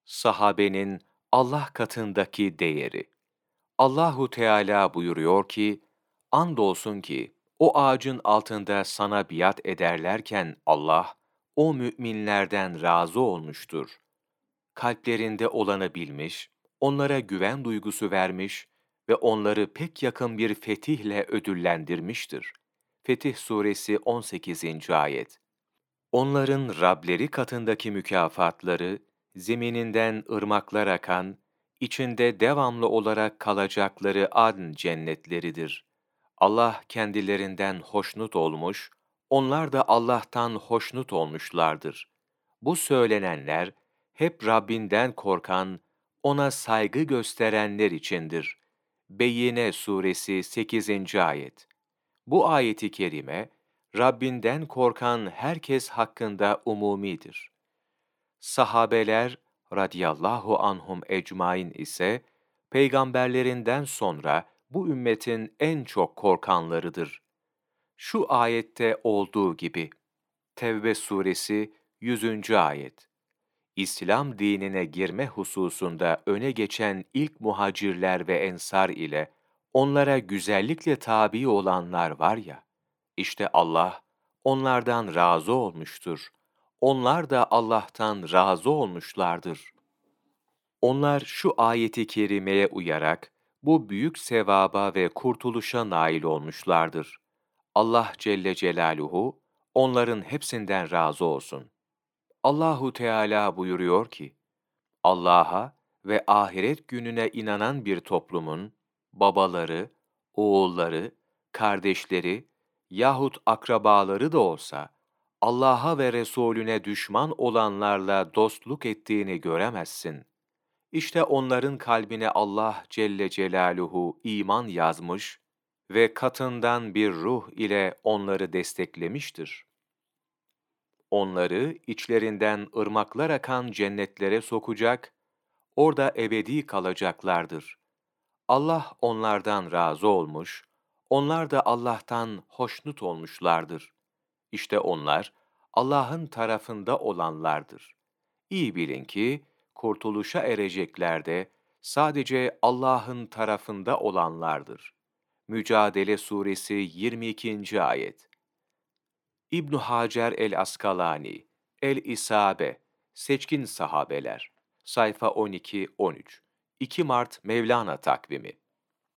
Sahabenin Allah katındaki değeri. Allahu Teala buyuruyor ki, andolsun ki o ağacın altında sana biat ederlerken Allah, o müminlerden razı olmuştur. Kalplerinde olanı bilmiş, onlara güven duygusu vermiş ve onları pek yakın bir fetihle ödüllendirmiştir. Fetih Suresi 18. Ayet. Onların Rableri katındaki mükafatları, zemininden ırmaklar akan, içinde devamlı olarak kalacakları adn cennetleridir. Allah kendilerinden hoşnut olmuş, onlar da Allah'tan hoşnut olmuşlardır. Bu söylenenler, hep Rabbinden korkan, ona saygı gösterenler içindir. Beyyine Suresi 8. Ayet. Bu ayeti kerime, Rabbinden korkan herkes hakkında umumidir. Sahabeler radıyallahu anhum ecmain ise, peygamberlerinden sonra bu ümmetin en çok korkanlarıdır. Şu ayette olduğu gibi, Tevbe suresi 100. ayet. İslam dinine girme hususunda öne geçen ilk muhacirler ve ensar ile onlara güzellikle tabi olanlar var ya, işte Allah onlardan razı olmuştur. Onlar da Allah'tan razı olmuşlardır. Onlar şu ayeti kerimeye uyarak bu büyük sevaba ve kurtuluşa nail olmuşlardır. Allah Celle Celaluhu onların hepsinden razı olsun. Allahu Teala buyuruyor ki, Allah'a ve ahiret gününe inanan bir toplumun babaları, oğulları, kardeşleri yahut akrabaları da olsa Allah'a ve Resulüne düşman olanlarla dostluk ettiğini göremezsin. İşte onların kalbine Allah Celle Celaluhu iman yazmış ve katından bir ruh ile onları desteklemiştir. Onları içlerinden ırmaklar akan cennetlere sokacak, orada ebedi kalacaklardır. Allah onlardan razı olmuş, onlar da Allah'tan hoşnut olmuşlardır. İşte onlar, Allah'ın tarafında olanlardır. İyi bilin ki, kurtuluşa erecekler de sadece Allah'ın tarafında olanlardır. Mücadele Suresi 22. Ayet. İbn Hacer el-Askalani, El-İsabe, Seçkin Sahabeler, sayfa 12-13, 2 Mart Mevlana takvimi.